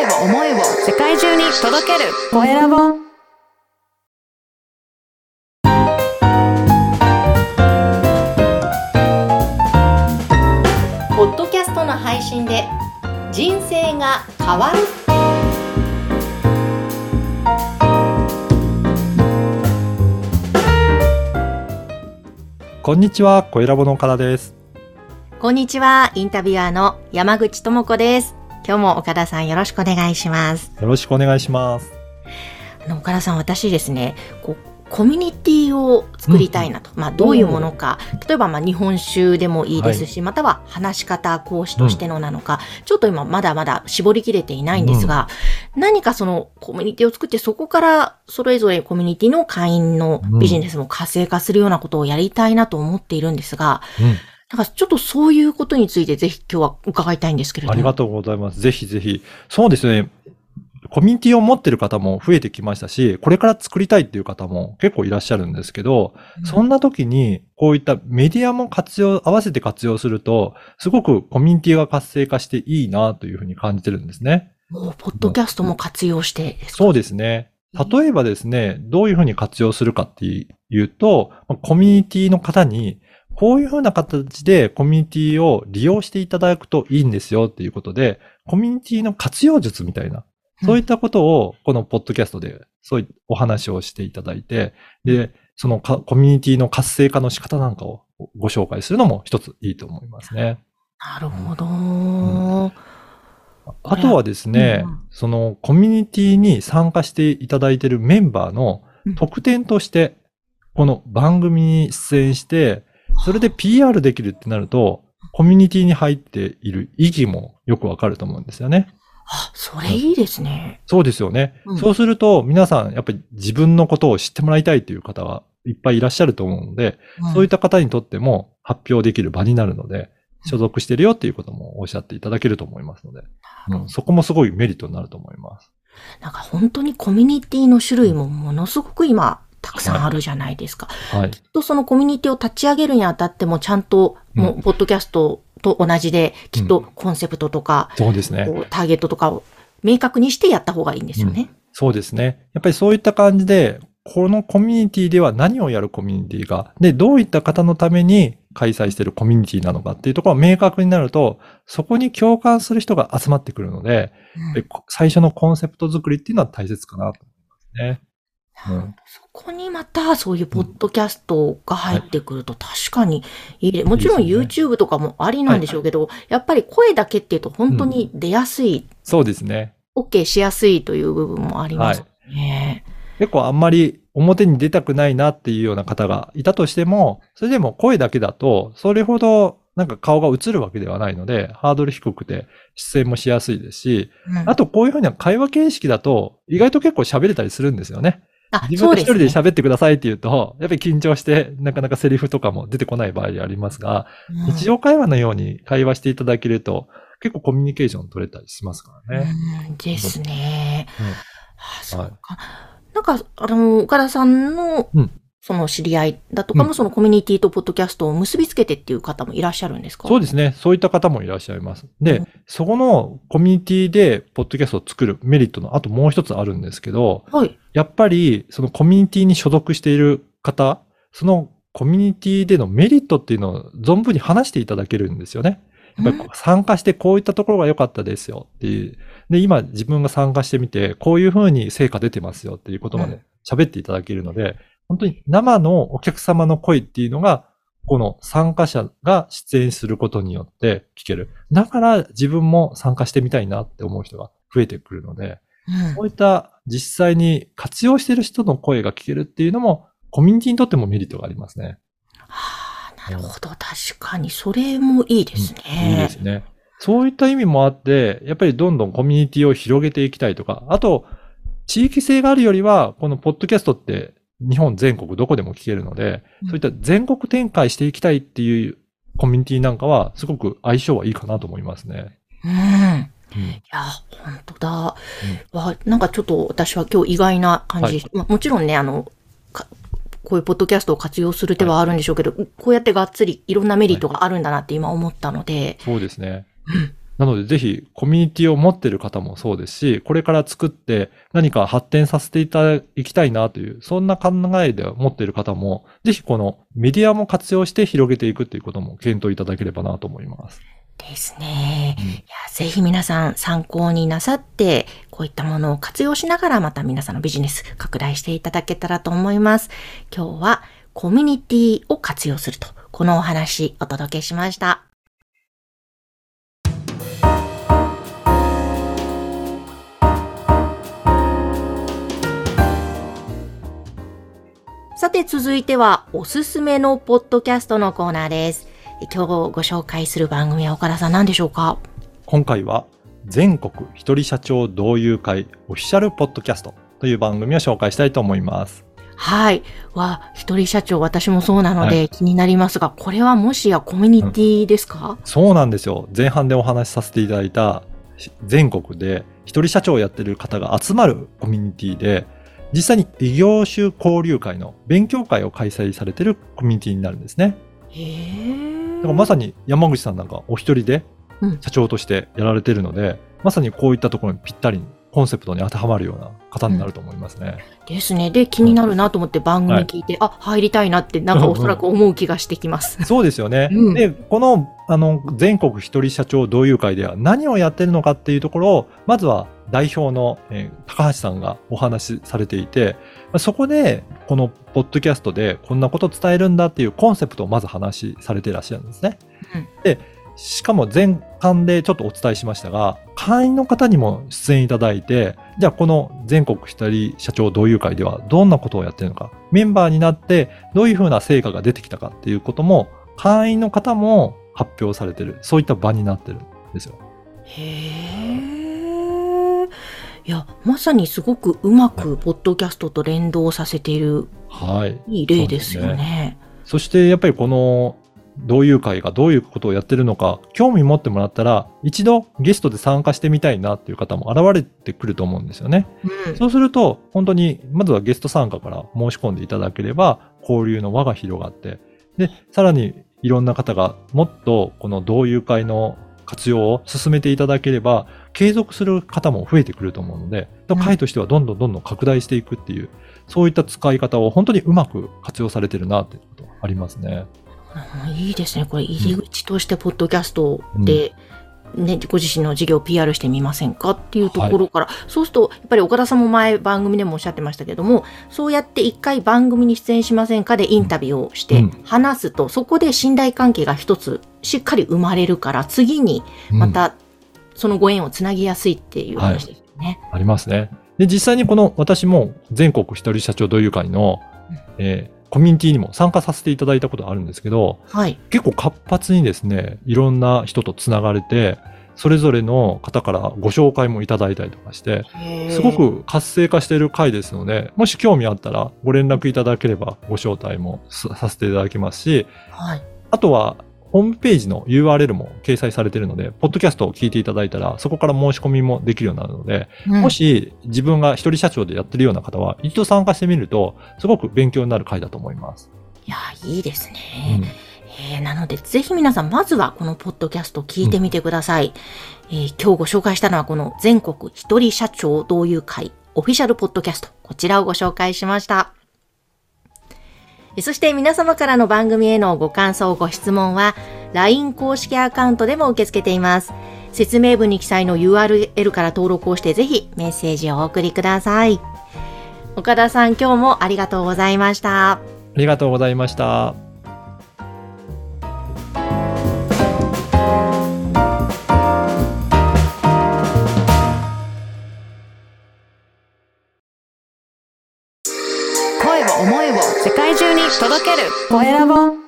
を思いを世界中に届けるコエラボ。ポッドキャストの配信で人生が変わる。 こんにちは、コエラボの岡田です。 こんにちは、インタビュアーの山口智子です。今日も岡田さんよろしくお願いします。 よろしくお願いします。 岡田さん、私ですね、コミュニティを作りたいなと、どういうものか、例えば日本酒でもいいですし、または話し方講師としてのなのか、ちょっと今まだまだ絞りきれていないんですが、何かそのコミュニティを作って、そこからそれぞれコミュニティの会員のビジネスも活性化するようなことをやりたいなと思っているんですが、なんかちょっとそういうことについてぜひ今日は伺いたいんですけれども。 ありがとうございます。ぜひぜひ。そうですね。コミュニティを持っている方も増えてきましたし、これから作りたいっていう方も結構いらっしゃるんですけど、そんな時にこういったメディアも合わせて活用すると、すごくコミュニティが活性化していいなというふうに感じてるんですね。 もうポッドキャストも活用してですか？ そうですね。例えばですね、どういうふうに活用するかっていうと、コミュニティの方に、こういうふうな形でコミュニティを利用していただくといいんですよっていうことで、コミュニティの活用術みたいな、そういったことをこのポッドキャストでそういうお話をしていただいて、で、そのコミュニティの活性化の仕方なんかをご紹介するのも一ついいと思いますね。 なるほど。 あとはですね、そのコミュニティに参加していただいているメンバーの特典として、この番組に出演して、それで PR できるってなると、コミュニティに入っている意義もよくわかると思うんですよね。 それいいですね。 そうですよね。そうすると、皆さん、やっぱり自分のことを知ってもらいたいという方がいっぱいいらっしゃると思うので、そういった方にとっても発表できる場になるので、所属してるよっていうこともおっしゃっていただけると思いますので、そこもすごいメリットになると思います。 なんか本当にコミュニティの種類もものすごく今、たくさんあるじゃないですか。きっとそのコミュニティを立ち上げるにあたってもちゃんと、もうポッドキャストと同じで、きっとコンセプトとか、 そうですね。 ターゲットとかを明確にしてやった方がいいんですよね。 そうですね。やっぱりそういった感じで、このコミュニティでは何をやるコミュニティが、で、どういった方のために開催しているコミュニティなのかっていうところが明確になると、そこに共感する人が集まってくるので、最初のコンセプト作りっていうのは大切かなと思いますね。 そこにまたそういうポッドキャストが入ってくると確かにいい。もちろん YouTube とかもありなんでしょうけど、やっぱり声だけっていうと本当に出やすい。 そうですね。 OK しやすいという部分もありますね。 結構あんまり表に出たくないなっていうような方がいたとしても、それでも声だけだと、それほどなんか顔が映るわけではないので、ハードル低くて出演もしやすいですし、あとこういうふうな会話形式だと、意外と結構喋れたりするんですよね。自分で一人で喋ってくださいって言うと、やっぱり緊張して、なかなかセリフとかも出てこない場合ありますが、日常会話のように会話していただけると、結構コミュニケーション取れたりしますからね。 ですね。そうか。なんか、岡田さんの、その知り合いだとかも、そのコミュニティとポッドキャストを結びつけてっていう方もいらっしゃるんですか？ そうですね。そういった方もいらっしゃいます。で、そこのコミュニティでポッドキャストを作るメリットのあともう一つあるんですけど、やっぱりそのコミュニティに所属している方、そのコミュニティでのメリットっていうのを存分に話していただけるんですよね。やっぱり参加してこういったところが良かったですよっていう。で、今自分が参加してみて、こういうふうに成果出てますよっていうことまで喋っていただけるので、本当に生のお客様の声っていうのが、この参加者が出演することによって聞ける。だから自分も参加してみたいなって思う人が増えてくるので、そういった実際に活用している人の声が聞けるっていうのも、コミュニティにとってもメリットがありますね。 なるほど。確かに、それもいいですね。 いいですね。そういった意味もあって、やっぱりどんどんコミュニティを広げていきたいとか、あと、地域性があるよりは、このポッドキャストって日本全国どこでも聞けるので、そういった全国展開していきたいっていうコミュニティなんかは、すごく相性はいいかなと思いますね。 いや、本当だ。なんかちょっと私は今日意外な感じ。もちろんね、こういうポッドキャストを活用する手はあるんでしょうけど、こうやってがっつりいろんなメリットがあるんだなって今思ったので。 そうですね。 なのでぜひコミュニティを持っている方もそうですし、これから作って何か発展させていきたいなという、そんな考えで持っている方も、ぜひこのメディアも活用して広げていくということも検討いただければなと思います。 ですね。いや、ぜひ皆さん参考になさって、こういったものを活用しながらまた皆さんのビジネス拡大していただけたらと思います。今日はコミュニティを活用すると、このお話お届けしました。さて続いてはおすすめのポッドキャストのコーナーです。今日ご紹介する番組は岡田さん何でしょうか？ 今回は全国一人社長同友会オフィシャルポッドキャストという番組を紹介したいと思います。 はい。一人社長、私もそうなので気になりますが、これはもしやコミュニティですか？ そうなんですよ。前半でお話しさせていただいた全国で一人社長をやってる方が集まるコミュニティで、実際に異業種交流会の勉強会を開催されているコミュニティになるんですね。だからまさに山口さんなんかお一人で社長としてやられているので、まさにこういったところにぴったりコンセプトに当てはまるような方になると思いますね。 ですね。で、気になるなと思って番組聞いて、入りたいなってなんかおそらく思う気がしてきます。 そうですよね。で、この全国一人社長同友会では何をやってるのかっていうところを、まずは代表の、高橋さんがお話しされていて、そこでこのポッドキャストでこんなことを伝えるんだっていうコンセプトをまず話しされていらっしゃるんですね。で、しかも前巻でちょっとお伝えしましたが、会員の方にも出演いただいて、じゃあこの全国一人社長同友会ではどんなことをやっているのか、メンバーになってどういうふうな成果が出てきたかっていうことも、会員の方も発表されている、そういった場になってるんですよ。 いや、まさにすごくうまくポッドキャストと連動させている、いい例ですよね。 そしてやっぱりこの同友会がどういうことをやってるのか興味持ってもらったら、一度ゲストで参加してみたいなっていう方も現れてくると思うんですよね。そうすると本当にまずはゲスト参加から申し込んでいただければ交流の輪が広がって、でさらにいろんな方がもっとこの同友会の活用を進めていただければ継続する方も増えてくると思うので、会としてはどんどん拡大していくっていう、そういった使い方を本当にうまく活用されてるなっていうことがありますね。 いいですね。これ入り口としてポッドキャストで、ご自身の事業を PR してみませんかっていうところから、そうするとやっぱり岡田さんも前番組でもおっしゃってましたけども、そうやって一回番組に出演しませんかでインタビューをして話すと、そこで信頼関係が一つしっかり生まれるから、次にまたそのご縁をつなぎやすいっていう話ですよね。 ありますね。で、実際にこの私も全国一人社長同友会の、コミュニティにも参加させていただいたことがあるんですけど、結構活発にですね、いろんな人とつながれて、それぞれの方からご紹介もいただいたりとかして、すごく活性化している会ですので、もし興味あったらご連絡いただければご招待もさせていただきますし、あとはホームページの URL も掲載されているので、ポッドキャストを聞いていただいたら、そこから申し込みもできるようになるので、もし自分が一人社長でやってるような方は、一度参加してみると、すごく勉強になる会だと思います。 いや、いいですね。なので、ぜひ皆さん、まずはこのポッドキャストを聞いてみてください。今日ご紹介したのは、この全国一人社長同友会オフィシャルポッドキャスト。こちらをご紹介しました。そして皆様からの番組へのご感想、ご質問は LINE 公式アカウントでも受け付けています。説明文に記載の URL から登録をしてぜひメッセージをお送りください。岡田さん、今日もありがとうございました。 ありがとうございました。 声を思いを世界中に届けるコエラボ。